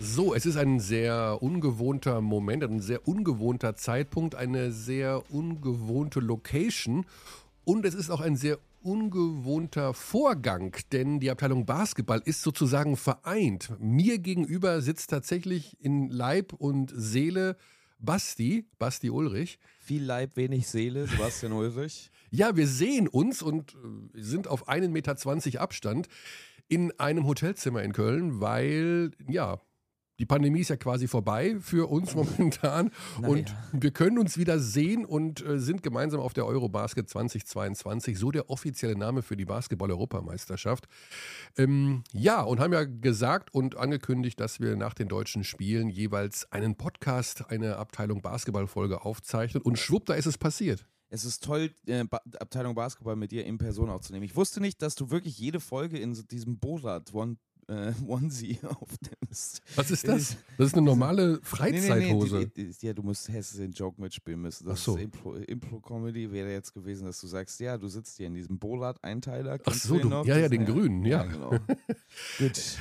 So, es ist ein sehr ungewohnter Moment, ein sehr ungewohnter Zeitpunkt, eine sehr ungewohnte Location und es ist auch ein sehr ungewohnter Vorgang, denn die Abteilung Basketball ist sozusagen vereint. Mir gegenüber sitzt tatsächlich in Leib und Seele Basti Ulrich. Viel Leib, wenig Seele, Sebastian Ulrich. Ja, wir sehen uns und sind auf 1,20 Meter Abstand in einem Hotelzimmer in Köln, weil, ja, die Pandemie ist ja quasi vorbei für uns momentan und wir können uns wieder sehen und sind gemeinsam auf der Eurobasket 2022, so der offizielle Name für die Basketball-Europameisterschaft. Ja, und haben ja gesagt und angekündigt, dass wir nach den deutschen Spielen jeweils einen Podcast, eine Abteilung Basketball-Folge aufzeichnen und schwupp, da ist es passiert. Es ist toll, Abteilung Basketball mit dir in Person aufzunehmen. Ich wusste nicht, dass du wirklich jede Folge in diesem Borat Onesie aufnimmst. Was ist das? Das ist eine normale Freizeithose. Ja, du musst den Joke mitspielen müssen. Das ist Impro-Comedy wäre jetzt gewesen, dass du sagst, ja, du sitzt hier in diesem Borat-Einteiler. Ach so, den grünen, ja. Genau. Gut.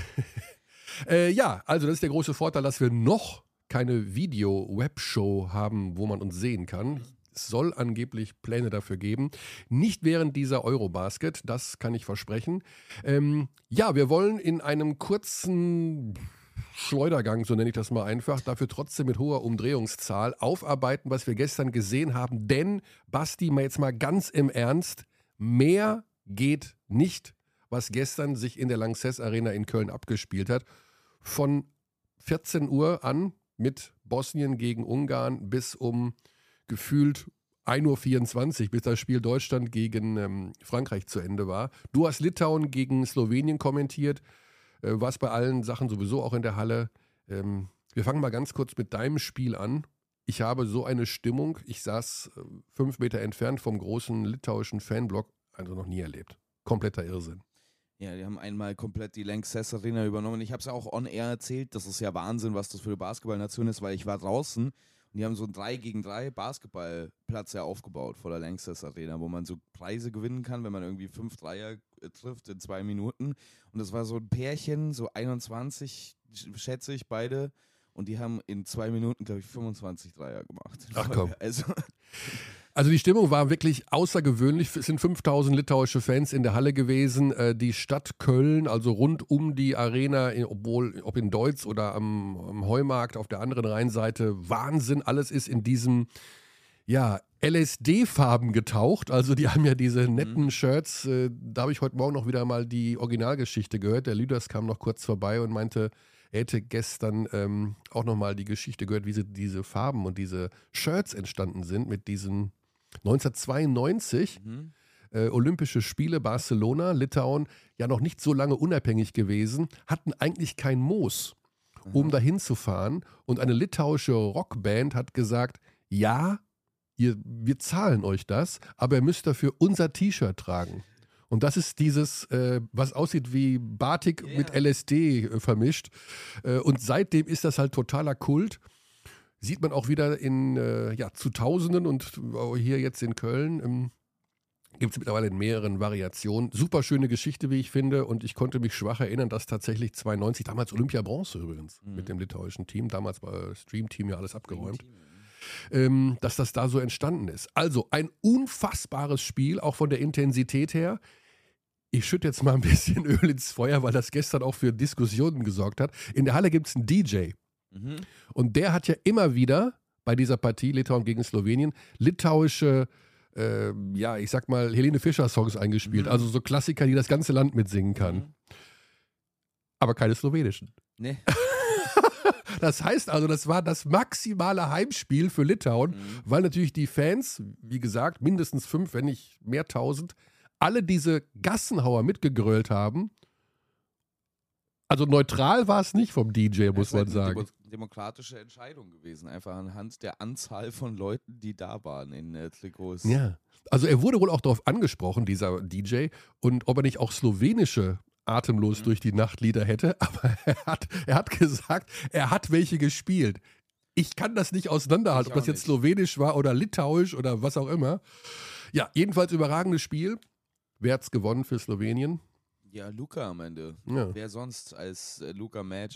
Ja, also das ist der große Vorteil, dass wir noch keine Video-Webshow haben, wo man uns sehen kann. Es soll angeblich Pläne dafür geben. Nicht während dieser Eurobasket, das kann ich versprechen. Ja, wir wollen in einem kurzen Schleudergang, so nenne ich das mal einfach, dafür trotzdem mit hoher Umdrehungszahl aufarbeiten, was wir gestern gesehen haben. Denn, Basti, mal jetzt mal ganz im Ernst, mehr geht nicht, was gestern sich in der Lanxess Arena in Köln abgespielt hat. Von 14 Uhr an mit Bosnien gegen Ungarn bis um gefühlt 1:24 Uhr, bis das Spiel Deutschland gegen Frankreich zu Ende war. Du hast Litauen gegen Slowenien kommentiert, warst bei allen Sachen sowieso auch in der Halle. Wir fangen mal ganz kurz mit deinem Spiel an. Ich habe so eine Stimmung, ich saß 5 Meter entfernt vom großen litauischen Fanblock, also noch nie erlebt. Kompletter Irrsinn. Ja, die haben einmal komplett die Lanxess Arena übernommen. Ich habe es ja auch on-air erzählt, das ist ja Wahnsinn, was das für eine Basketballnation ist, weil ich war draußen. Und die haben so einen 3-gegen-3 Basketballplatz ja aufgebaut vor der Lanxess Arena, wo man so Preise gewinnen kann, wenn man irgendwie 5 Dreier trifft in 2 Minuten. Und das war so ein Pärchen, so 21, schätze ich, beide. Und die haben in 2 Minuten, glaube ich, 25 Dreier gemacht. Ach komm. Also die Stimmung war wirklich außergewöhnlich. Es sind 5000 litauische Fans in der Halle gewesen. Die Stadt Köln, also rund um die Arena, ob in Deutz oder am Heumarkt auf der anderen Rheinseite, Wahnsinn. Alles ist in diesem, ja, LSD-Farben getaucht. Also die haben ja diese netten Shirts. Da habe ich heute Morgen noch wieder mal die Originalgeschichte gehört. Der Lüders kam noch kurz vorbei und meinte, er hätte gestern auch nochmal die Geschichte gehört, wie diese Farben und diese Shirts entstanden sind mit diesen 1992 Olympische Spiele, Barcelona, Litauen, ja noch nicht so lange unabhängig gewesen, hatten eigentlich kein Moos, um dahin zu fahren. Und eine litauische Rockband hat gesagt, ja, wir zahlen euch das, aber ihr müsst dafür unser T-Shirt tragen. Und das ist dieses, was aussieht wie Batik mit LSD vermischt. Und seitdem ist das halt totaler Kult. Sieht man auch wieder zu Tausenden und hier jetzt in Köln gibt es mittlerweile in mehreren Variationen. Super schöne Geschichte, wie ich finde. Und ich konnte mich schwach erinnern, dass tatsächlich 92, damals Olympia Bronze übrigens, mit dem litauischen Team, damals war Stream Team ja alles abgeräumt, dass das da so entstanden ist. Also ein unfassbares Spiel, auch von der Intensität her. Ich schütte jetzt mal ein bisschen Öl ins Feuer, weil das gestern auch für Diskussionen gesorgt hat. In der Halle gibt es einen DJ. Und der hat ja immer wieder bei dieser Partie Litauen gegen Slowenien litauische, ich sag mal, Helene Fischer-Songs eingespielt. Also so Klassiker, die das ganze Land mitsingen kann. Aber keine slowenischen. Nee. Das heißt also, das war das maximale Heimspiel für Litauen, weil natürlich die Fans, wie gesagt, mindestens 5, wenn nicht mehr 1000, alle diese Gassenhauer mitgegrölt haben. Also neutral war es nicht vom DJ, muss man sagen. Das ist eine demokratische Entscheidung gewesen, einfach anhand der Anzahl von Leuten, die da waren in Trikots. Ja, also er wurde wohl auch darauf angesprochen, dieser DJ, und ob er nicht auch slowenische atemlos durch die Nachtlieder hätte, aber er hat gesagt, er hat welche gespielt. Ich kann das nicht auseinanderhalten, ob das jetzt slowenisch war oder litauisch oder was auch immer. Ja, jedenfalls überragendes Spiel. Wer hat's gewonnen für Slowenien? Ja, Luka am Ende. Ja. Wer sonst als Luka Magic?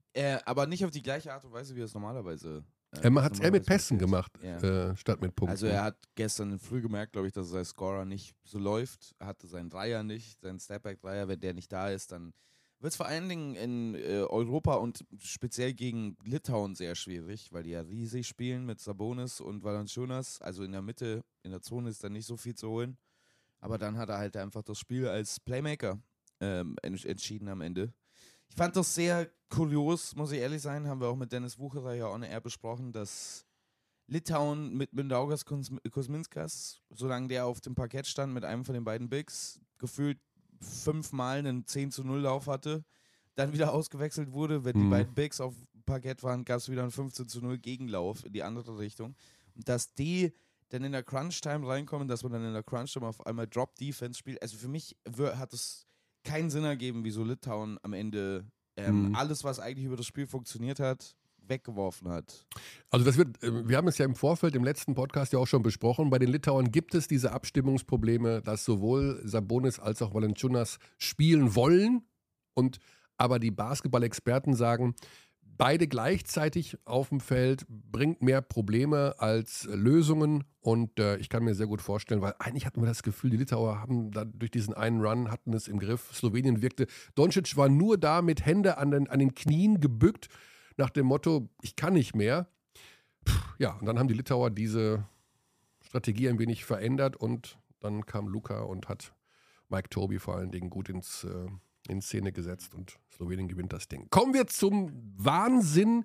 Aber nicht auf die gleiche Art und Weise, wie er es normalerweise Er hat es eher mit Pässen passiert. gemacht, statt mit Punkten. Also er hat gestern früh gemerkt, glaube ich, dass sein Scorer nicht so läuft. Er hatte seinen Dreier nicht, seinen Stepback-Dreier. Wenn der nicht da ist, dann wird es vor allen Dingen in Europa und speziell gegen Litauen sehr schwierig, weil die ja riesig spielen mit Sabonis und Valanciunas. Also in der Mitte, in der Zone ist da nicht so viel zu holen. Aber dann hat er halt einfach das Spiel als Playmaker entschieden am Ende. Ich fand das sehr kurios, muss ich ehrlich sein, haben wir auch mit Dennis Wucherer ja on air besprochen, dass Litauen mit Mindaugas Kuzminskas, solange der auf dem Parkett stand mit einem von den beiden Bigs, gefühlt 5-mal einen 10-0 Lauf hatte, dann wieder ausgewechselt wurde. Wenn die beiden Bigs auf dem Parkett waren, gab es wieder einen 15-0 Gegenlauf in die andere Richtung. Und dass die dann in der Crunch-Time reinkommen, dass man dann in der Crunch-Time auf einmal Drop-Defense spielt. Also für mich hat es keinen Sinn ergeben, wieso Litauen am Ende alles, was eigentlich über das Spiel funktioniert hat, weggeworfen hat. Also wir haben es ja im Vorfeld, im letzten Podcast ja auch schon besprochen, bei den Litauern gibt es diese Abstimmungsprobleme, dass sowohl Sabonis als auch Valanciunas spielen wollen, aber die Basketball-Experten sagen, beide gleichzeitig auf dem Feld bringt mehr Probleme als Lösungen und ich kann mir sehr gut vorstellen, weil eigentlich hatten wir das Gefühl, die Litauer haben da durch diesen einen Run, hatten es im Griff, Slowenien wirkte, Doncic war nur da mit Hände an den Knien gebückt, nach dem Motto, ich kann nicht mehr. Ja, und dann haben die Litauer diese Strategie ein wenig verändert und dann kam Luka und hat Mike Tobey vor allen Dingen gut in Szene gesetzt und Slowenien gewinnt das Ding. Kommen wir zum Wahnsinn.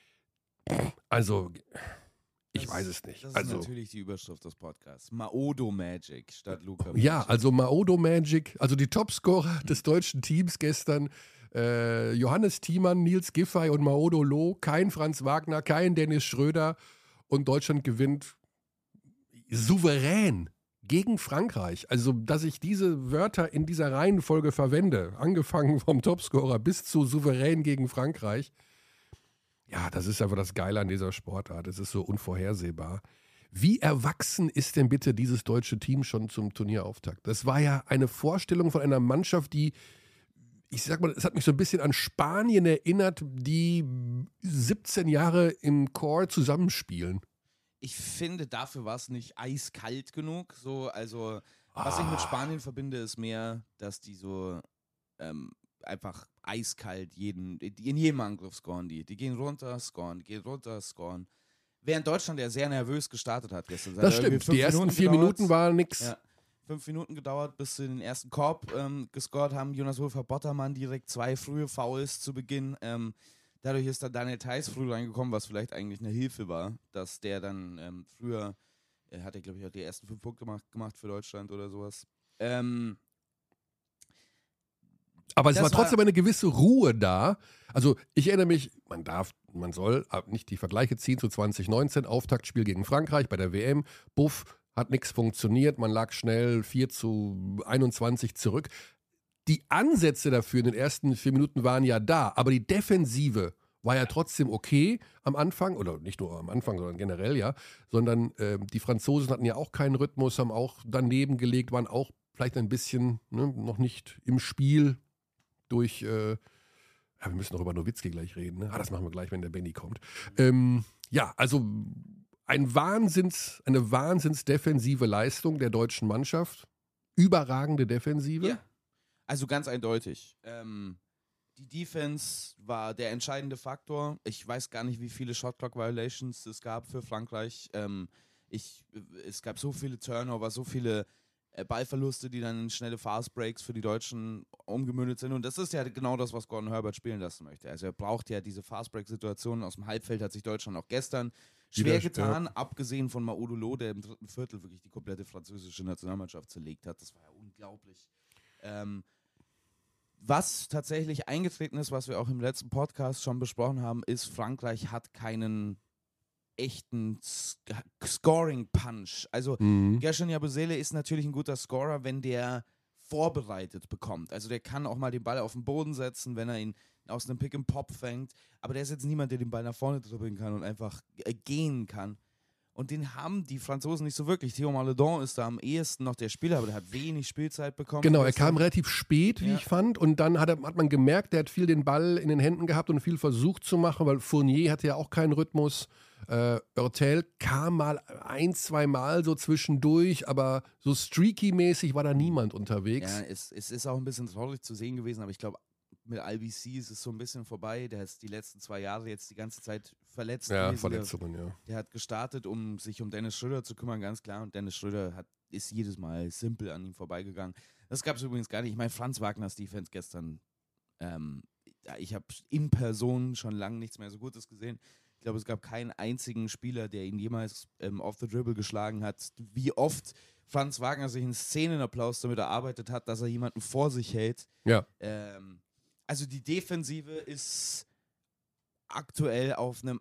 Also, ich weiß es nicht. Das ist natürlich die Überschrift des Podcasts. Maodo Magic statt Luka Magic. Ja, also Maodo Magic, also die Topscorer des deutschen Teams gestern, Johannes Thiemann, Nils Giffey und Maodo Loh, kein Franz Wagner, kein Dennis Schröder und Deutschland gewinnt souverän gegen Frankreich. Also, dass ich diese Wörter in dieser Reihenfolge verwende, angefangen vom Topscorer bis zu souverän gegen Frankreich, ja, das ist einfach das Geile an dieser Sportart. Es ist so unvorhersehbar. Wie erwachsen ist denn bitte dieses deutsche Team schon zum Turnierauftakt? Das war ja eine Vorstellung von einer Mannschaft, die, ich sag mal, es hat mich so ein bisschen an Spanien erinnert, die 17 Jahre im Core zusammenspielen. Ich finde, dafür war es nicht eiskalt genug. So, also, was ich mit Spanien verbinde, ist mehr, dass die so einfach eiskalt in jedem Angriff scoren. Die gehen runter, scoren, gehen runter, scoren. Während Deutschland ja sehr nervös gestartet hat gestern. Das stimmt, die ersten 4 Minuten waren nix. Ja, 5 Minuten gedauert, bis sie den ersten Korb gescored haben. Jonas Wolfer-Bottermann direkt 2 frühe Fouls zu Beginn. Dadurch ist dann Daniel Theis früh reingekommen, was vielleicht eigentlich eine Hilfe war, dass der dann früher, hat er glaube ich auch die ersten 5 Punkte gemacht für Deutschland oder sowas. Aber es war trotzdem eine gewisse Ruhe da. Also ich erinnere mich, man soll nicht die Vergleiche ziehen zu 2019, Auftaktspiel gegen Frankreich bei der WM. Buff, hat nichts funktioniert, man lag schnell 4-21 zurück. Die Ansätze dafür in den ersten 4 Minuten waren ja da, aber die Defensive war ja trotzdem okay am Anfang, oder nicht nur am Anfang, sondern generell ja, sondern die Franzosen hatten ja auch keinen Rhythmus, haben auch daneben gelegt, waren auch vielleicht ein bisschen noch nicht im Spiel durch, wir müssen noch über Nowitzki gleich reden, ne? Das machen wir gleich, wenn der Benny kommt. Ja, also eine wahnsinns-defensive Leistung der deutschen Mannschaft, überragende Defensive. Ja. Also ganz eindeutig. Die Defense war der entscheidende Faktor. Ich weiß gar nicht, wie viele Shot-Clock-Violations es gab für Frankreich. Es gab so viele Turnover, so viele Ballverluste, die dann in schnelle Fast-Breaks für die Deutschen umgemündet sind. Und das ist ja genau das, was Gordon Herbert spielen lassen möchte. Also er braucht ja diese Fast-Break-Situationen. Aus dem Halbfeld hat sich Deutschland auch gestern schwer getan, abgesehen von Maodo Loh, der im 3. Viertel wirklich die komplette französische Nationalmannschaft zerlegt hat. Das war ja unglaublich. Was tatsächlich eingetreten ist, was wir auch im letzten Podcast schon besprochen haben, ist, Frankreich hat keinen echten Scoring-Punch. Also Gershon Yabusele ist natürlich ein guter Scorer, wenn der vorbereitet bekommt. Also der kann auch mal den Ball auf den Boden setzen, wenn er ihn aus einem Pick and Pop fängt. Aber der ist jetzt niemand, der den Ball nach vorne dribbeln kann und einfach gehen kann. Und den haben die Franzosen nicht so wirklich. Theo Maledon ist da am ehesten noch der Spieler, aber der hat wenig Spielzeit bekommen. Genau, er kam relativ spät, wie ich fand. Und dann hat man gemerkt, der hat viel den Ball in den Händen gehabt und viel versucht zu machen, weil Fournier hatte ja auch keinen Rhythmus. Oertel kam mal 1-2 Mal so zwischendurch, aber so streaky-mäßig war da niemand unterwegs. Ja, es ist auch ein bisschen traurig zu sehen gewesen, aber ich glaube, mit LBC ist es so ein bisschen vorbei. Der ist die letzten 2 Jahre jetzt die ganze Zeit verletzt gewesen. Verletzungen, ja. Der hat gestartet, um sich um Dennis Schröder zu kümmern, ganz klar. Und Dennis Schröder ist jedes Mal simpel an ihm vorbeigegangen. Das gab es übrigens gar nicht. Ich meine, Franz Wagners Defense gestern, ich habe in Person schon lange nichts mehr so Gutes gesehen. Ich glaube, es gab keinen einzigen Spieler, der ihn jemals off the dribble geschlagen hat. Wie oft Franz Wagner sich einen Szenenapplaus damit erarbeitet hat, dass er jemanden vor sich hält. Ja. Also die Defensive ist aktuell auf einem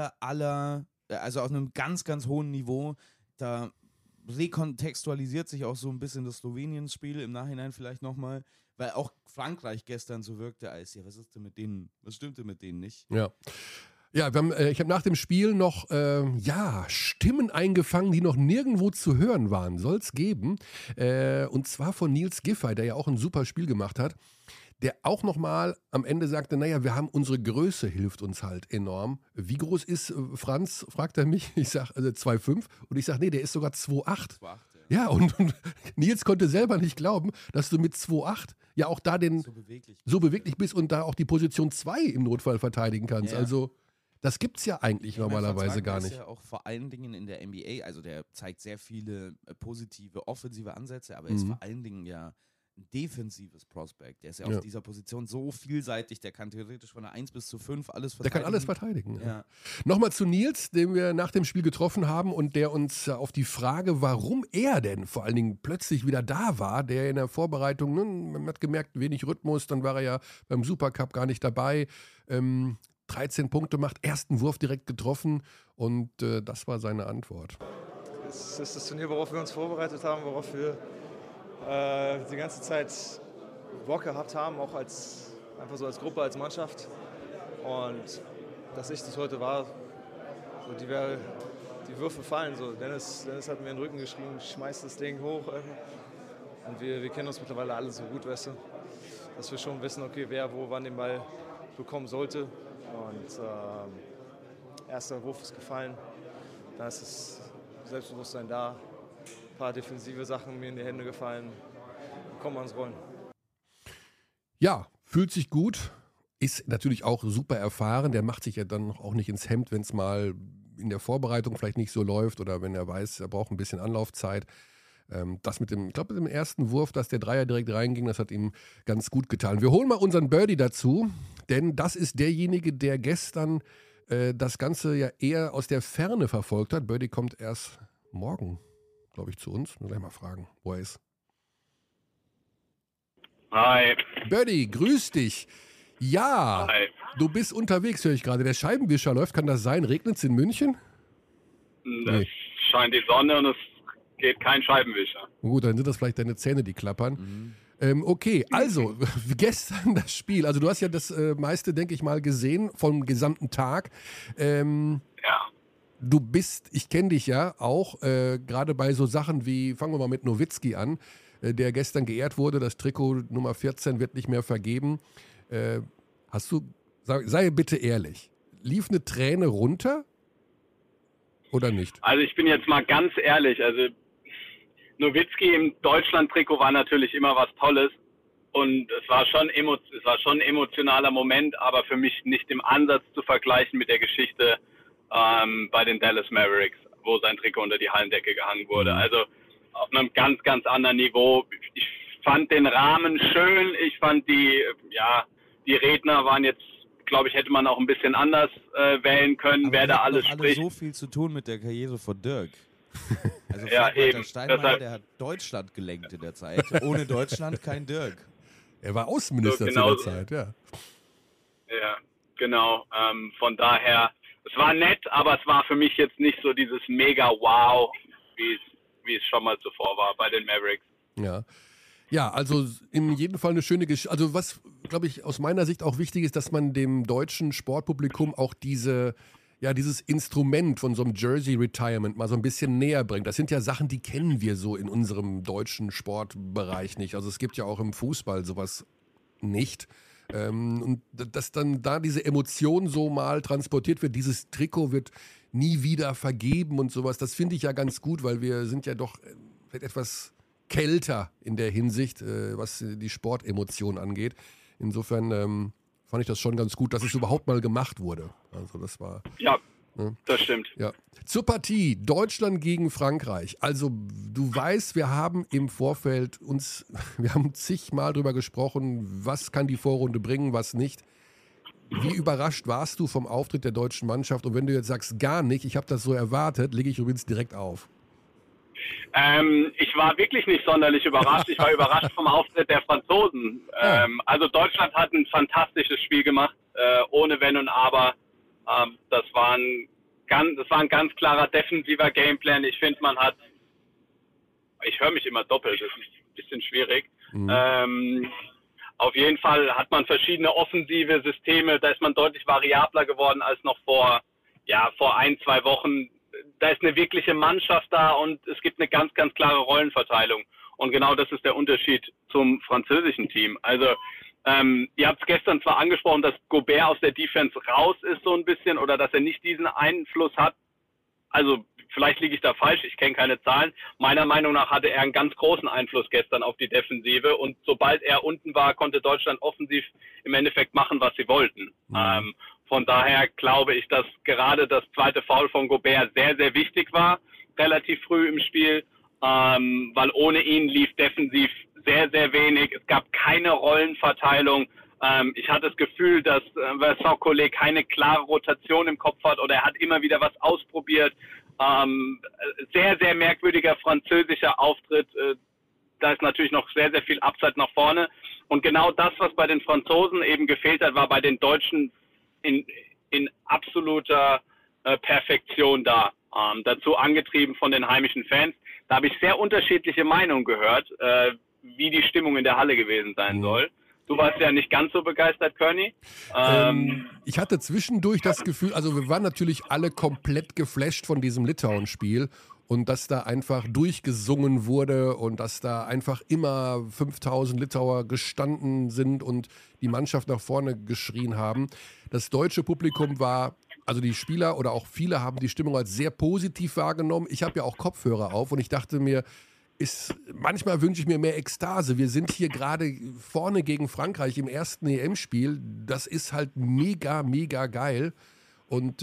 also auf einem ganz, ganz hohen Niveau. Da rekontextualisiert sich auch so ein bisschen das Slowenien-Spiel im Nachhinein vielleicht nochmal, weil auch Frankreich gestern so wirkte, als ja, was ist denn mit denen, was stimmt denn mit denen nicht? Ja. Ja, ich habe nach dem Spiel noch Stimmen eingefangen, die noch nirgendwo zu hören waren. Soll es geben. Und zwar von Nils Giffey, der ja auch ein super Spiel gemacht hat, der auch nochmal am Ende sagte, naja, wir haben unsere Größe, hilft uns halt enorm. Wie groß ist Franz, fragt er mich. Ich sage 2,5 und ich sage, nee, der ist sogar 2,8. 2,8, ja, und Nils konnte selber nicht glauben, dass du mit 2,8 ja auch da so beweglich bist und da auch die Position 2 im Notfall verteidigen kannst. Ja. Also das gibt es ja eigentlich normalerweise gar nicht. Ist ja auch vor allen Dingen in der NBA, also der zeigt sehr viele positive, offensive Ansätze, aber ist vor allen Dingen ja ein defensives Prospect. Der ist ja auf dieser Position so vielseitig, der kann theoretisch von der 1 bis zu 5 alles verteidigen. Der kann alles verteidigen. Ja. Nochmal zu Nils, den wir nach dem Spiel getroffen haben und der uns auf die Frage, warum er denn vor allen Dingen plötzlich wieder da war, der in der Vorbereitung, man hat gemerkt, wenig Rhythmus, dann war er ja beim Supercup gar nicht dabei, 13 Punkte macht, ersten Wurf direkt getroffen und das war seine Antwort. Es ist das Turnier, worauf wir uns vorbereitet haben, worauf wir die ganze Zeit Bock gehabt haben, auch einfach so als Gruppe, als Mannschaft. Und dass ich das heute war, so die Würfe fallen. So. Dennis hat mir in den Rücken geschrieben, schmeiß das Ding hoch. Und wir kennen uns mittlerweile alle so gut, weißt du, dass wir schon wissen, okay, wer wo wann den Ball bekommen sollte. Und erster Wurf ist gefallen, da ist das Selbstbewusstsein da. Ein paar defensive Sachen mir in die Hände gefallen, kommen wir ans Rollen. Ja, fühlt sich gut, ist natürlich auch super erfahren, der macht sich ja dann auch nicht ins Hemd, wenn es mal in der Vorbereitung vielleicht nicht so läuft oder wenn er weiß, er braucht ein bisschen Anlaufzeit. Das mit dem ersten Wurf, dass der Dreier direkt reinging, das hat ihm ganz gut getan. Wir holen mal unseren Birdie dazu, denn das ist derjenige, der gestern das Ganze ja eher aus der Ferne verfolgt hat. Birdie kommt erst morgen, glaube ich, zu uns. Gleich mal fragen, wo er ist. Hi. Birdie, grüß dich. Ja, hi. Du bist unterwegs, höre ich gerade. Der Scheibenwischer läuft, kann das sein? Regnet es in München? Es scheint die Sonne und es geht kein Scheibenwischer. Gut, dann sind das vielleicht deine Zähne, die klappern. Okay, also gestern das Spiel. Also du hast ja das meiste, denke ich mal, gesehen vom gesamten Tag. Ja. Du bist, ich kenne dich ja auch, gerade bei so Sachen wie, fangen wir mal mit Nowitzki an, der gestern geehrt wurde, das Trikot Nummer 14 wird nicht mehr vergeben. Sei bitte ehrlich, lief eine Träne runter oder nicht? Also ich bin jetzt mal ganz ehrlich, also Nowitzki im Deutschland-Trikot war natürlich immer was Tolles und es war schon ein emotionaler Moment, aber für mich nicht im Ansatz zu vergleichen mit der Geschichte bei den Dallas Mavericks, wo sein Trikot unter die Hallendecke gehangen wurde. Also auf einem ganz, ganz anderen Niveau. Ich fand den Rahmen schön, ich fand die Redner waren jetzt, glaube ich, hätte man auch ein bisschen anders wählen können, aber wer da alles spricht. Alle so viel zu tun mit der Karriere von Dirk. Also ja, eben. Steinmeier, der hat Deutschland gelenkt in der Zeit. Ohne Deutschland kein Dirk. Er war Außenminister zu der Zeit, ja. Ja, genau. Von daher, es war nett, aber es war für mich jetzt nicht so dieses mega Wow, wie es schon mal zuvor war bei den Mavericks. Ja. Ja, also in jedem Fall eine schöne Geschichte. Also was, glaube ich, aus meiner Sicht auch wichtig ist, dass man dem deutschen Sportpublikum auch diese ja, dieses Instrument von so einem Jersey-Retirement mal so ein bisschen näher bringt. Das sind ja Sachen, die kennen wir so in unserem deutschen Sportbereich nicht. Also es gibt ja auch im Fußball sowas nicht. Und dass dann da diese Emotion so mal transportiert wird, dieses Trikot wird nie wieder vergeben und sowas, das finde ich ja ganz gut, weil wir sind ja doch etwas kälter in der Hinsicht, was die Sportemotion angeht. Insofern fand ich das schon ganz gut, dass es überhaupt mal gemacht wurde. Also das war... Ja, das stimmt. Ja. Zur Partie Deutschland gegen Frankreich. Also du weißt, wir haben im Vorfeld wir haben zigmal drüber gesprochen, was kann die Vorrunde bringen, was nicht. Wie überrascht warst du vom Auftritt der deutschen Mannschaft? Und wenn du jetzt sagst, gar nicht, ich habe das so erwartet, lege ich übrigens direkt auf. Ich war wirklich nicht sonderlich überrascht. Ich war überrascht vom Auftritt der Franzosen. Also Deutschland hat ein fantastisches Spiel gemacht, ohne Wenn und Aber. Das war ein ganz klarer defensiver Gameplan. Ich finde, ich höre mich immer doppelt, das ist ein bisschen schwierig. Auf jeden Fall hat man verschiedene offensive Systeme, da ist man deutlich variabler geworden als noch vor 1-2 Wochen. Da ist eine wirkliche Mannschaft da und es gibt eine ganz, ganz klare Rollenverteilung. Und genau das ist der Unterschied zum französischen Team. Also ihr habt es gestern zwar angesprochen, dass Gobert aus der Defense raus ist so ein bisschen oder dass er nicht diesen Einfluss hat. Also vielleicht liege ich da falsch, ich kenne keine Zahlen. Meiner Meinung nach hatte er einen ganz großen Einfluss gestern auf die Defensive und sobald er unten war, konnte Deutschland offensiv im Endeffekt machen, was sie wollten. Von daher glaube ich, dass gerade das zweite Foul von Gobert sehr, sehr wichtig war, relativ früh im Spiel, weil ohne ihn lief defensiv sehr, sehr wenig. Es gab keine Rollenverteilung. Ich hatte das Gefühl, dass Vincent Collet keine klare Rotation im Kopf hat oder er hat immer wieder was ausprobiert. Sehr, sehr merkwürdiger französischer Auftritt. Da ist natürlich noch sehr, sehr viel Upside nach vorne. Und genau das, was bei den Franzosen eben gefehlt hat, war bei den Deutschen in absoluter Perfektion da. Dazu angetrieben von den heimischen Fans. Da habe ich sehr unterschiedliche Meinungen gehört, wie die Stimmung in der Halle gewesen sein soll. Du warst ja nicht ganz so begeistert, Körny. Ich hatte zwischendurch das Gefühl, also wir waren natürlich alle komplett geflasht von diesem Litauen-Spiel und dass da einfach durchgesungen wurde und dass da einfach immer 5000 Litauer gestanden sind und die Mannschaft nach vorne geschrien haben. Das deutsche Publikum war, also die Spieler oder auch viele haben die Stimmung als sehr positiv wahrgenommen. Ich habe ja auch Kopfhörer auf und ich dachte mir, manchmal wünsche ich mir mehr Ekstase. Wir sind hier gerade vorne gegen Frankreich im ersten EM-Spiel. Das ist halt mega, mega geil. Und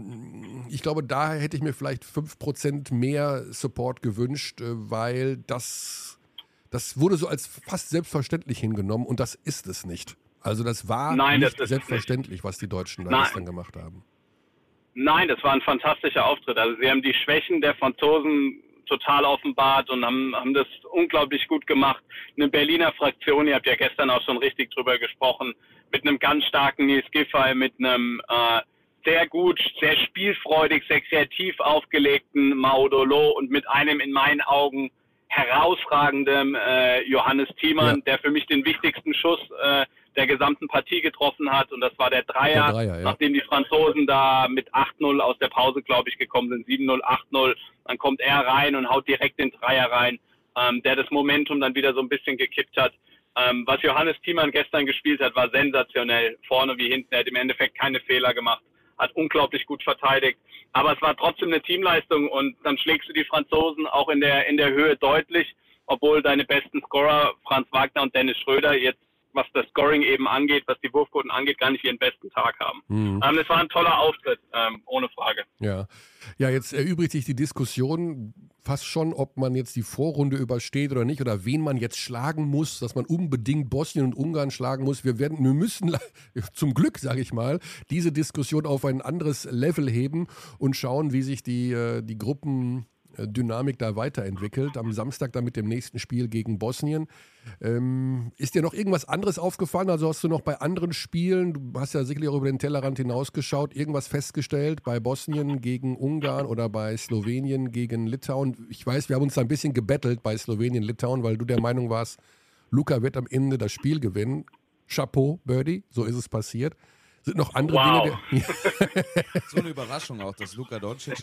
ich glaube, da hätte ich mir vielleicht 5% mehr Support gewünscht, weil das wurde so als fast selbstverständlich hingenommen und das ist es nicht. Also das war nicht selbstverständlich, was die Deutschen da gestern gemacht haben. Nein, das war ein fantastischer Auftritt. Also sie haben die Schwächen der Franzosen total offenbart und haben das unglaublich gut gemacht. Eine Berliner Fraktion, ihr habt ja gestern auch schon richtig drüber gesprochen, mit einem ganz starken Niels Giffey, mit einem sehr gut, sehr spielfreudig, sehr kreativ aufgelegten Maudolo und mit einem in meinen Augen herausragenden Johannes Thiemann, der für mich den wichtigsten Schuss der gesamten Partie getroffen hat und das war der Dreier, nachdem die Franzosen da mit 8-0 aus der Pause, glaube ich, gekommen sind, 7-0, 8-0, dann kommt er rein und haut direkt den Dreier rein, der das Momentum dann wieder so ein bisschen gekippt hat. Was Johannes Thiemann gestern gespielt hat, war sensationell, vorne wie hinten, er hat im Endeffekt keine Fehler gemacht, hat unglaublich gut verteidigt, aber es war trotzdem eine Teamleistung und dann schlägst du die Franzosen auch in der Höhe deutlich, obwohl deine besten Scorer, Franz Wagner und Dennis Schröder, jetzt was das Scoring eben angeht, was die Wurfquoten angeht, gar nicht ihren besten Tag haben. Es war ein toller Auftritt, ohne Frage. Ja, jetzt erübrigt sich die Diskussion fast schon, ob man jetzt die Vorrunde übersteht oder nicht oder wen man jetzt schlagen muss, dass man unbedingt Bosnien und Ungarn schlagen muss. Wir müssen zum Glück, sage ich mal, diese Diskussion auf ein anderes Level heben und schauen, wie sich die Gruppendynamik da weiterentwickelt. Am Samstag dann mit dem nächsten Spiel gegen Bosnien. Ist dir noch irgendwas anderes aufgefallen? Also hast du noch bei anderen Spielen, du hast ja sicherlich auch über den Tellerrand hinausgeschaut, irgendwas festgestellt bei Bosnien gegen Ungarn oder bei Slowenien gegen Litauen? Ich weiß, wir haben uns da ein bisschen gebettelt bei Slowenien, Litauen, weil du der Meinung warst, Luka wird am Ende das Spiel gewinnen. Chapeau, Birdie, so ist es passiert. Sind noch andere Wow. Dinge? So eine Überraschung auch, dass Luka Doncic...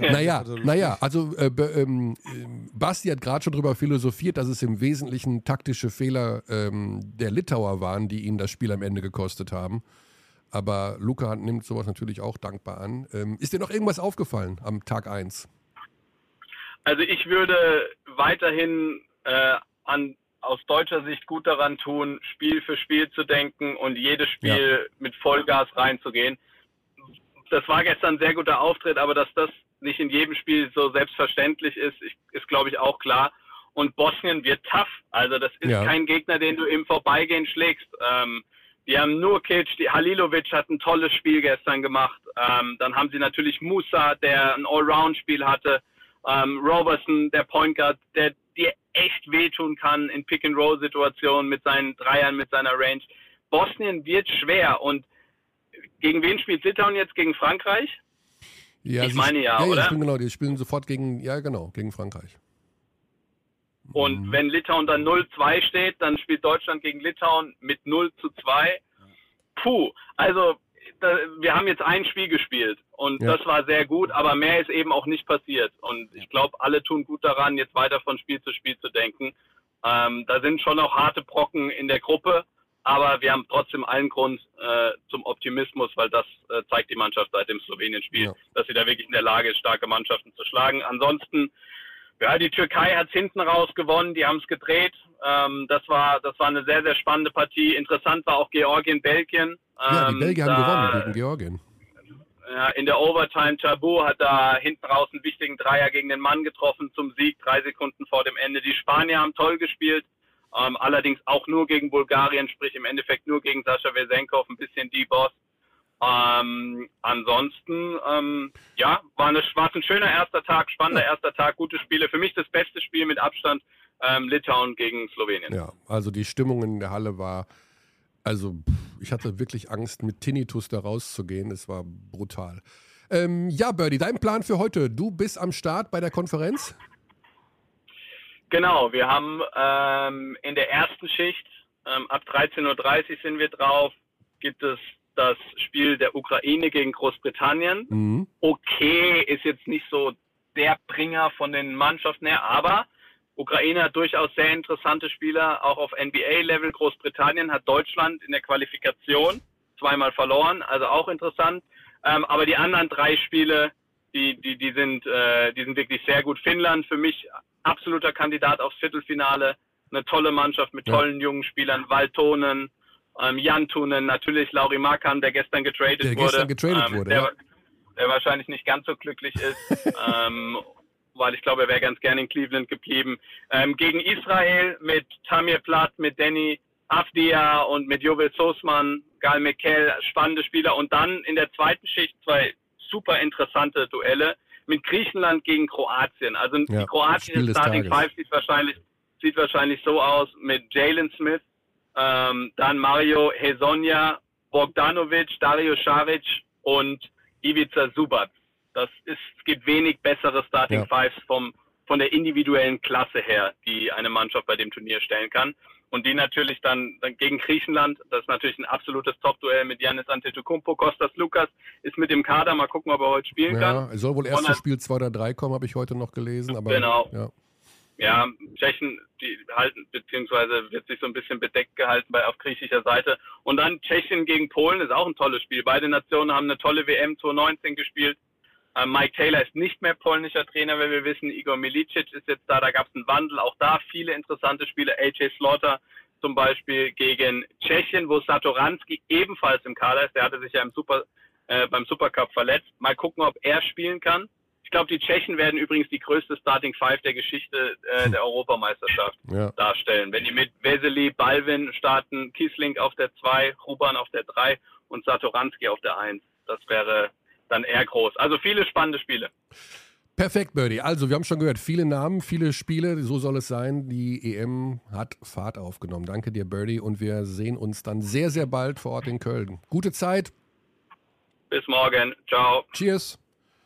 Basti hat gerade schon darüber philosophiert, dass es im Wesentlichen taktische Fehler der Litauer waren, die ihnen das Spiel am Ende gekostet haben. Aber Luka nimmt sowas natürlich auch dankbar an. Ist dir noch irgendwas aufgefallen am Tag 1? Also ich würde weiterhin aus deutscher Sicht gut daran tun, Spiel für Spiel zu denken und jedes Spiel mit Vollgas reinzugehen. Das war gestern ein sehr guter Auftritt, aber dass das nicht in jedem Spiel so selbstverständlich ist glaube ich auch klar. Und Bosnien wird tough. Also das ist kein Gegner, den du im Vorbeigehen schlägst. Die haben Nurkic, Halilovic hat ein tolles Spiel gestern gemacht. Dann haben sie natürlich Musa, der ein Allround-Spiel hatte. Robertson, der Point Guard, der dir echt wehtun kann in Pick-and-Roll-Situationen mit seinen Dreiern, mit seiner Range. Bosnien wird schwer. Und gegen wen spielt Litauen jetzt? Gegen Frankreich? Ja, ich meine oder? Die spielen sofort gegen Frankreich. Und wenn Litauen dann 0-2 steht, dann spielt Deutschland gegen Litauen mit 0-2. Puh, also wir haben jetzt ein Spiel gespielt und das war sehr gut, aber mehr ist eben auch nicht passiert. Und ich glaube, alle tun gut daran, jetzt weiter von Spiel zu Spiel zu denken. Da sind schon noch harte Brocken in der Gruppe, aber wir haben trotzdem allen Grund zum Optimismus, weil das zeigt die Mannschaft seit dem Slowenien-Spiel, dass sie da wirklich in der Lage ist, starke Mannschaften zu schlagen. Ansonsten, die Türkei hat es hinten raus gewonnen, die haben es gedreht. Das war eine sehr, sehr spannende Partie. Interessant war auch Georgien-Belgien. Die Belgier haben gewonnen gegen Georgien. Ja, in der Overtime, Tabu hat da hinten raus einen wichtigen Dreier gegen den Mann getroffen zum Sieg, 3 Sekunden vor dem Ende. Die Spanier haben toll gespielt, allerdings auch nur gegen Bulgarien, sprich im Endeffekt nur gegen Sascha Vesenkov, ein bisschen D-Boss. Ansonsten, war es ein schöner erster Tag, spannender erster Tag, gute Spiele. Für mich das beste Spiel mit Abstand, Litauen gegen Slowenien. Ja, also die Stimmung in der Halle war, ich hatte wirklich Angst, mit Tinnitus da rauszugehen. Es war brutal. Birdie, dein Plan für heute. Du bist am Start bei der Konferenz? Genau, wir haben in der ersten Schicht, ab 13.30 Uhr sind wir drauf, gibt es das Spiel der Ukraine gegen Großbritannien. Mhm. Okay, ist jetzt nicht so der Bringer von den Mannschaften her, aber Ukraine hat durchaus sehr interessante Spieler, auch auf NBA-Level. Großbritannien hat Deutschland in der Qualifikation zweimal verloren, also auch interessant. Aber die anderen 3 Spiele, die sind wirklich sehr gut. Finnland für mich absoluter Kandidat aufs Viertelfinale. Eine tolle Mannschaft mit tollen jungen Spielern. Valtonen, Jantunen, natürlich Lauri Markkanen, der gestern getradet wurde. Der wahrscheinlich nicht ganz so glücklich ist, weil ich glaube, er wäre ganz gerne in Cleveland geblieben. Gegen Israel mit Tamir Platt, mit Danny Avdia und mit Jovel Sosman, Gal Mekel, spannende Spieler. Und dann in der zweiten Schicht 2 super interessante Duelle mit Griechenland gegen Kroatien. Also die kroatische Starting Five sieht wahrscheinlich so aus mit Jalen Smith, dann Mario Hezonja, Bogdanovic, Dario Saric und Ivica Zubac. Es gibt wenig bessere Starting Fives von der individuellen Klasse her, die eine Mannschaft bei dem Turnier stellen kann. Und die natürlich dann gegen Griechenland, das ist natürlich ein absolutes Top-Duell mit Giannis Antetokounmpo. Kostas Lukas ist mit dem Kader, mal gucken, ob er heute spielen kann. Er soll wohl erst zu Spiel 2 oder 3 kommen, habe ich heute noch gelesen. Aber, genau. Ja, Tschechen, die halten, beziehungsweise wird sich so ein bisschen bedeckt gehalten auf griechischer Seite. Und dann Tschechien gegen Polen ist auch ein tolles Spiel. Beide Nationen haben eine tolle WM 2019 gespielt. Mike Taylor ist nicht mehr polnischer Trainer, weil wir wissen, Igor Milicic ist jetzt da gab es einen Wandel. Auch da viele interessante Spiele. AJ Slaughter zum Beispiel gegen Tschechien, wo Satoranski ebenfalls im Kader ist. Der hatte sich ja beim Supercup verletzt. Mal gucken, ob er spielen kann. Ich glaube, die Tschechen werden übrigens die größte Starting Five der Geschichte der Europameisterschaft darstellen. Wenn die mit Vesely, Balvin starten, Kiesling auf der 2, Ruban auf der 3 und Satoranski auf der 1. Das wäre dann eher groß. Also viele spannende Spiele. Perfekt, Birdie. Also wir haben schon gehört, viele Namen, viele Spiele, so soll es sein. Die EM hat Fahrt aufgenommen. Danke dir, Birdie. Und wir sehen uns dann sehr, sehr bald vor Ort in Köln. Gute Zeit. Bis morgen. Ciao. Cheers.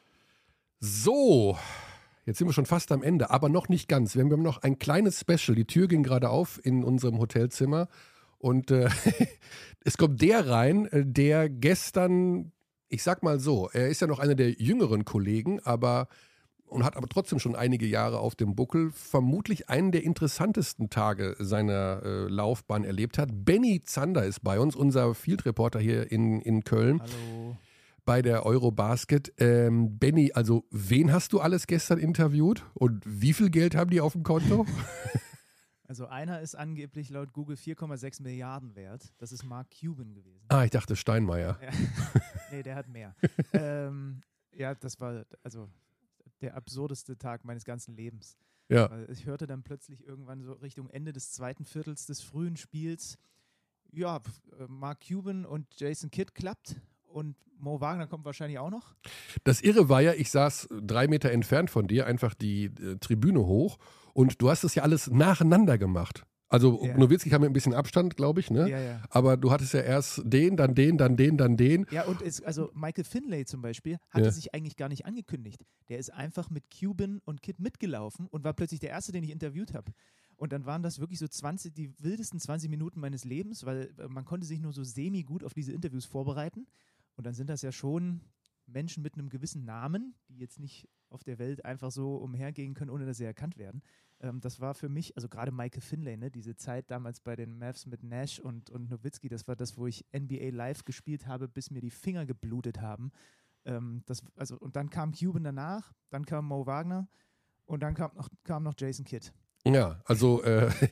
So, jetzt sind wir schon fast am Ende, aber noch nicht ganz. Wir haben noch ein kleines Special. Die Tür ging gerade auf in unserem Hotelzimmer Und es kommt der rein, der gestern, ich sag mal so, er ist ja noch einer der jüngeren Kollegen, und hat aber trotzdem schon einige Jahre auf dem Buckel, vermutlich einen der interessantesten Tage seiner Laufbahn erlebt hat. Benny Zander ist bei uns, unser Field-Reporter hier in Köln. Hallo. Bei der Eurobasket. Benny, also wen hast du alles gestern interviewt und wie viel Geld haben die auf dem Konto? Also einer ist angeblich laut Google 4,6 Milliarden wert. Das ist Mark Cuban gewesen. Ah, ich dachte Steinmeier. Ja. Nee, der hat mehr. Ja, das war also der absurdeste Tag meines ganzen Lebens. Ja. Ich hörte dann plötzlich irgendwann so Richtung Ende des zweiten Viertels des frühen Spiels, ja, Mark Cuban und Jason Kidd klappt und Mo Wagner kommt wahrscheinlich auch noch. Das Irre war ja, ich saß 3 Meter entfernt von dir, einfach die Tribüne hoch und du hast das ja alles nacheinander gemacht. Also Ja. Nowitzki kam mit ein bisschen Abstand, glaube ich, ne? Ja. Aber du hattest ja erst den, dann den, dann den, dann den. Ja, und also Michael Finlay zum Beispiel hatte Ja. sich eigentlich gar nicht angekündigt. Der ist einfach mit Cuban und Kidd mitgelaufen und war plötzlich der Erste, den ich interviewt habe. Und dann waren das wirklich so die wildesten 20 Minuten meines Lebens, weil man konnte sich nur so semi-gut auf diese Interviews vorbereiten. Und dann sind das ja schon Menschen mit einem gewissen Namen, die jetzt nicht auf der Welt einfach so umhergehen können, ohne dass sie erkannt werden. Das war für mich, also gerade Michael Finlay, ne, diese Zeit damals bei den Mavs mit Nash und Nowitzki, das war das, wo ich NBA live gespielt habe, bis mir die Finger geblutet haben. Und dann kam Cuban danach, dann kam Mo Wagner und dann kam noch Jason Kidd. Ja, also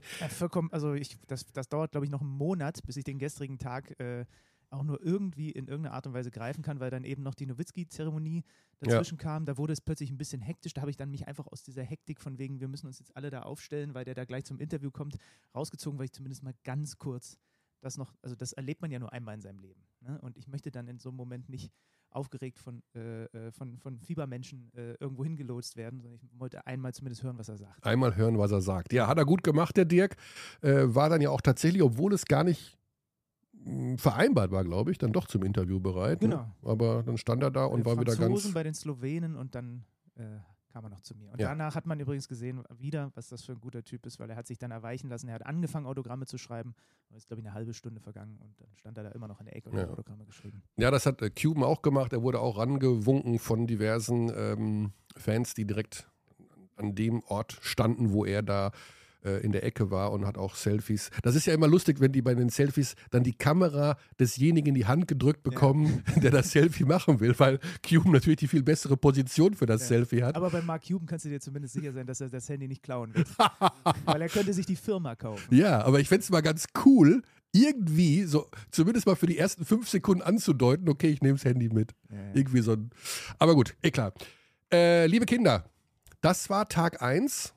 Das dauert, glaube ich, noch einen Monat, bis ich den gestrigen Tag auch nur irgendwie in irgendeiner Art und Weise greifen kann, weil dann eben noch die Nowitzki-Zeremonie dazwischen kam. Da wurde es plötzlich ein bisschen hektisch. Da habe ich dann mich einfach aus dieser Hektik von wegen, wir müssen uns jetzt alle da aufstellen, weil der da gleich zum Interview kommt, rausgezogen, weil ich zumindest mal ganz kurz das erlebt man ja nur einmal in seinem Leben. Ne? Und ich möchte dann in so einem Moment nicht aufgeregt von Fiebermenschen irgendwo hingelotst werden, sondern ich wollte einmal zumindest hören, was er sagt. einmal hören, was er sagt. Ja, hat er gut gemacht, der Dirk. War dann ja auch tatsächlich, obwohl es gar nicht vereinbart war, glaube ich, dann doch zum Interview bereit. Genau. Ne? Aber dann stand er da und war wieder ganz... bei den Slowenen und dann kam er noch zu mir. Und danach hat man übrigens gesehen, was das für ein guter Typ ist, weil er hat sich dann erweichen lassen. Er hat angefangen, Autogramme zu schreiben. Es ist, glaube ich, eine halbe Stunde vergangen und dann stand er da immer noch in der Ecke und hat Autogramme geschrieben. Ja, das hat Cuban auch gemacht. Er wurde auch rangewunken von diversen Fans, die direkt an dem Ort standen, wo er da in der Ecke war und hat auch Selfies. Das ist ja immer lustig, wenn die bei den Selfies dann die Kamera desjenigen in die Hand gedrückt bekommen, der das Selfie machen will, weil Cuban natürlich die viel bessere Position für das Selfie hat. Aber bei Mark Cuban kannst du dir zumindest sicher sein, dass er das Handy nicht klauen wird. Weil er könnte sich die Firma kaufen. Ja, aber ich fände es mal ganz cool, irgendwie so zumindest mal für die ersten 5 Sekunden anzudeuten, okay, ich nehme das Handy mit. Ja. Irgendwie so ein... Aber gut, klar. Liebe Kinder, das war Tag 1.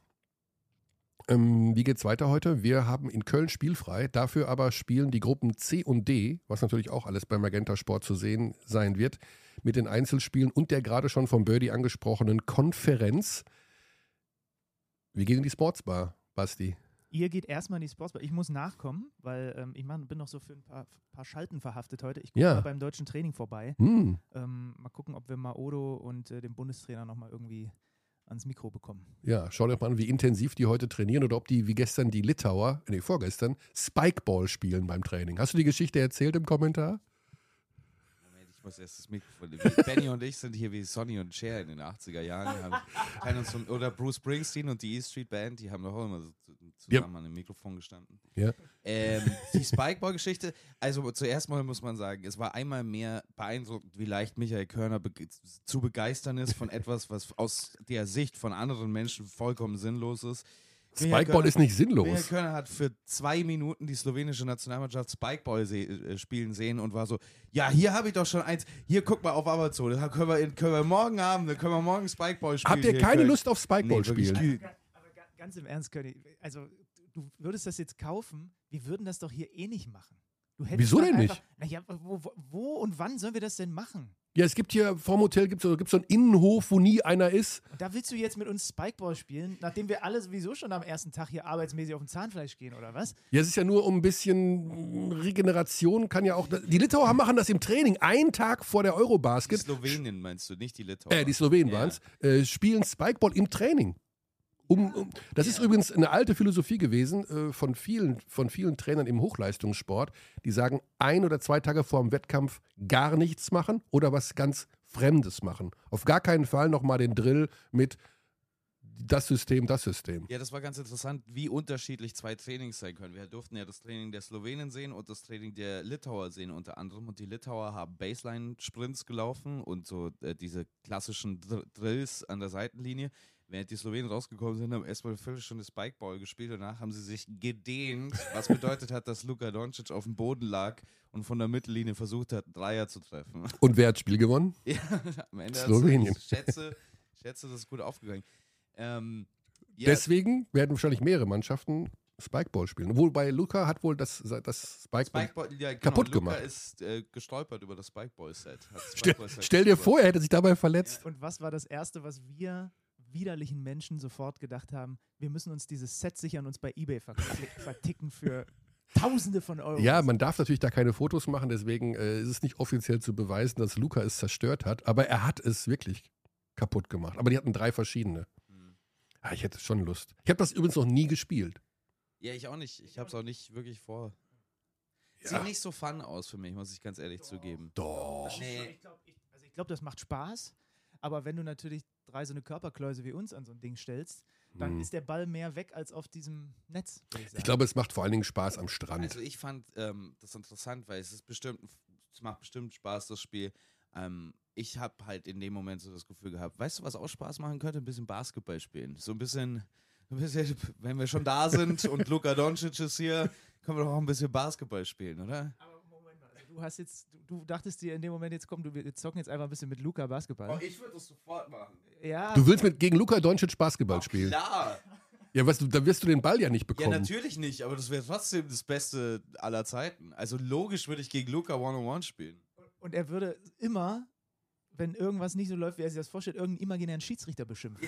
Wie geht's weiter heute? Wir haben in Köln spielfrei, dafür aber spielen die Gruppen C und D, was natürlich auch alles beim Magenta Sport zu sehen sein wird, mit den Einzelspielen und der gerade schon vom Birdie angesprochenen Konferenz. Wie geht in die Sportsbar, Basti? Ihr geht erstmal in die Sportsbar. Ich muss nachkommen, weil ich bin noch so für ein paar Schalten verhaftet heute. Ich gucke mal beim deutschen Training vorbei. Mal gucken, ob wir Maodo und den Bundestrainer nochmal irgendwie ans Mikro bekommen. Ja, schau dir mal an, wie intensiv die heute trainieren oder ob die, wie gestern die Litauer, vorgestern, Spikeball spielen beim Training. Hast du die Geschichte erzählt im Kommentar? Ich muss erst das Mikrofon. Benny und ich sind hier wie Sonny und Cher in den 80er Jahren. Oder Bruce Springsteen und die E Street Band, die haben doch auch immer so zusammen an dem Mikrofon gestanden. Ja. Die Spikeball-Geschichte, also zuerst mal muss man sagen, es war einmal mehr beeindruckend, wie leicht Michael Körner zu begeistern ist von etwas, was aus der Sicht von anderen Menschen vollkommen sinnlos ist. Spikeball ist nicht sinnlos. Michael Körner hat für 2 Minuten die slowenische Nationalmannschaft Spikeball spielen sehen und war so, ja, hier habe ich doch schon eins, hier guck mal auf Amazon, das können wir morgen haben, dann können wir morgen Spikeball spielen. Habt ihr keine Lust auf Spikeball spielen? Aber ganz im Ernst, König, also du würdest das jetzt kaufen, wir würden das doch hier eh nicht machen. Wieso denn nicht? Naja, wo und wann sollen wir das denn machen? Ja, es gibt hier vorm Hotel gibt's so einen Innenhof, wo nie einer ist. Und da willst du jetzt mit uns Spikeball spielen, nachdem wir alle sowieso schon am ersten Tag hier arbeitsmäßig auf dem Zahnfleisch gehen, oder was? Ja, es ist ja nur um ein bisschen Regeneration, kann ja auch... Die Litauer machen das im Training, einen Tag vor der Eurobasket. Die Slowenen meinst du, nicht die Litauer. Die Slowenen waren es. Spielen Spikeball im Training. Das ist übrigens eine alte Philosophie gewesen von vielen Trainern im Hochleistungssport, die sagen, 1 oder 2 Tage vor dem Wettkampf gar nichts machen oder was ganz Fremdes machen. Auf gar keinen Fall nochmal den Drill mit das System. Ja, das war ganz interessant, wie unterschiedlich 2 Trainings sein können. Wir durften ja das Training der Slowenen sehen und das Training der Litauer sehen unter anderem. Und die Litauer haben Baseline-Sprints gelaufen und so diese klassischen Drills an der Seitenlinie. Während die Slowenen rausgekommen sind, haben erstmal eine Viertelstunde Spikeball gespielt. Danach haben sie sich gedehnt, was bedeutet hat, dass Luka Doncic auf dem Boden lag und von der Mittellinie versucht hat, einen Dreier zu treffen. Und wer hat das Spiel gewonnen? Ja, am Ende Slowenien. Ich schätze, das ist gut aufgegangen. Ja. Deswegen werden wahrscheinlich mehrere Mannschaften Spikeball spielen. Wobei Luka hat wohl das Spikeball kaputt gemacht. Luka ist gestolpert über das Spikeball-Set. Stell dir vor, er hätte sich dabei verletzt. Und was war das Erste, was wir widerlichen Menschen sofort gedacht haben? Wir müssen uns dieses Set sichern und uns bei eBay verticken für Tausende von Euro. Ja, man darf natürlich da keine Fotos machen, deswegen ist es nicht offiziell zu beweisen, dass Luka es zerstört hat, aber er hat es wirklich kaputt gemacht. Aber die hatten 3 verschiedene. Ja, ich hätte schon Lust. Ich habe das übrigens noch nie gespielt. Ja, ich auch nicht. Ich habe es auch nicht wirklich vor. Ja. Sieht nicht so fun aus für mich, muss ich ganz ehrlich zugeben. Doch. Nee. Ich glaube, das macht Spaß. Aber wenn du natürlich 3 so eine Körperkläuse wie uns an so ein Ding stellst, dann ist der Ball mehr weg als auf diesem Netz. Ich glaube, es macht vor allen Dingen Spaß am Strand. Also ich fand das interessant, weil es macht bestimmt Spaß, das Spiel. Ich habe halt in dem Moment so das Gefühl gehabt, weißt du, was auch Spaß machen könnte? Ein bisschen Basketball spielen. So ein bisschen, wenn wir schon da sind und Luka Doncic ist hier, können wir doch auch ein bisschen Basketball spielen, oder? Aber Moment mal, also du dachtest dir in dem Moment, jetzt komm, wir zocken jetzt einfach ein bisschen mit Luka Basketball. Oh, ich würde das sofort machen. Ja. Du willst gegen Luka Doncic Basketball spielen? Klar. Ja, da wirst du den Ball ja nicht Ja, bekommen. natürlich nicht, aber das wäre trotzdem das Beste aller Zeiten. Also logisch würde ich gegen Luka One-on-One spielen. Und er würde immer, wenn irgendwas nicht so läuft, wie er sich das vorstellt, irgendeinen imaginären Schiedsrichter beschimpfen.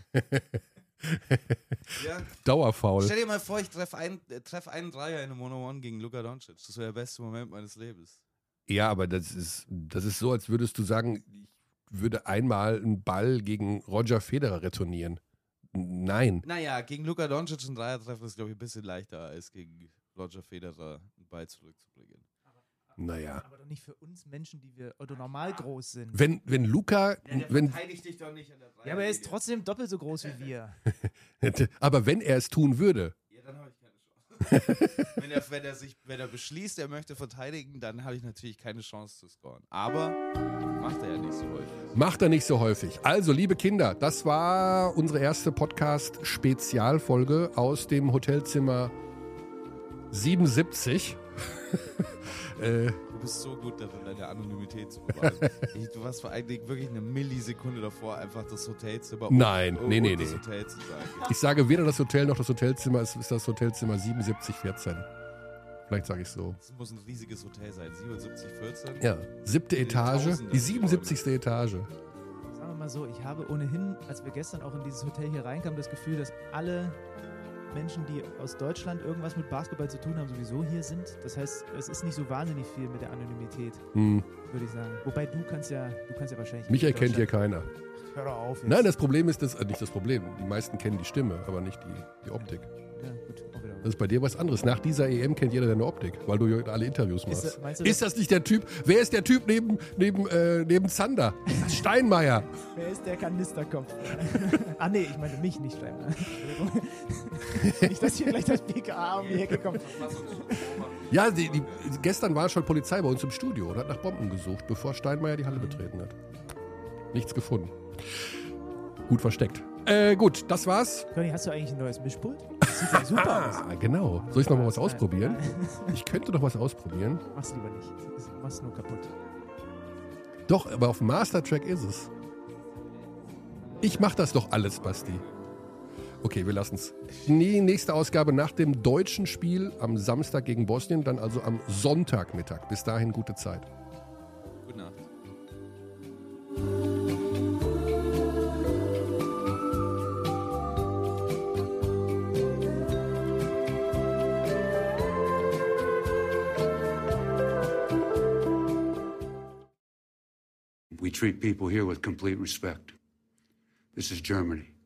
Ja. Dauerfaul. Stell dir mal vor, ich treffe einen Dreier in einem One-on-One gegen Luka Doncic. Das wäre der beste Moment meines Lebens. Ja, aber das ist so, als würdest du sagen, ich würde einmal einen Ball gegen Roger Federer retournieren. Nein. Naja, gegen Luka Doncic einen Dreier treffen ist, glaube ich, ein bisschen leichter, als gegen Roger Federer einen Ball zurückzubringen. Naja. Aber doch nicht für uns Menschen, die wir oder normal groß sind. Wenn Luka. verteidigt dich doch nicht an der Dreier. Ja, aber er ist trotzdem doppelt so groß wie wir. Aber wenn er es tun würde. Ja, dann habe ich keine Chance. wenn er beschließt, er möchte verteidigen, dann habe ich natürlich keine Chance zu scoren. Aber macht er ja nicht so häufig. Macht er nicht so häufig. Also, liebe Kinder, das war unsere erste Podcast-Spezialfolge aus dem Hotelzimmer 77. Du bist so gut darin, deine Anonymität zu bewahren. Du warst vor allen Dingen wirklich eine Millisekunde davor, einfach das Hotelzimmer Nee. das Hotel zu sagen. Ich sage weder das Hotel noch das Hotelzimmer, es ist das Hotelzimmer 7714. Vielleicht sage ich so. Das muss ein riesiges Hotel sein, 7714. Ja, 7. Etage, Tausende die 77. Etage. Sagen wir mal so, ich habe ohnehin, als wir gestern auch in dieses Hotel hier reinkamen, das Gefühl, dass alle Menschen, die aus Deutschland irgendwas mit Basketball zu tun haben, sowieso hier sind. Das heißt, es ist nicht so wahnsinnig viel mit der Anonymität, würde ich sagen. Wobei du kannst ja wahrscheinlich... Mich erkennt hier keiner. Hör doch auf jetzt. Nein, das Problem ist, nicht das Problem. Die meisten kennen die Stimme, aber nicht die Optik. Ja, gut, auch wieder. Das ist bei dir was anderes. Nach dieser EM kennt jeder deine Optik, weil du ja alle Interviews machst. Meinst du, Ist das nicht der Typ? Wer ist der Typ neben Zander? Steinmeier. Wer ist der Kanisterkopf? Nee, ich meine mich, nicht Steinmeier. Nicht, dass hier gleich das BKA um die Ecke kommt. Ja, gestern war schon Polizei bei uns im Studio und hat nach Bomben gesucht, bevor Steinmeier die Halle betreten hat. Nichts gefunden. Gut versteckt. Gut, das war's. Conny, hast du eigentlich ein neues Mischpult? Das sieht ja super aus. Genau. Soll ich noch mal was ausprobieren? Ich könnte doch was ausprobieren. Mach's lieber nicht. Mach's nur kaputt. Doch, aber auf dem Mastertrack ist es. Ich mach das doch alles, Basti. Okay, wir lassen's. Die nächste Ausgabe nach dem deutschen Spiel am Samstag gegen Bosnien, dann also am Sonntagmittag. Bis dahin gute Zeit. Gute Nacht. We treat people here with complete respect. This is Germany.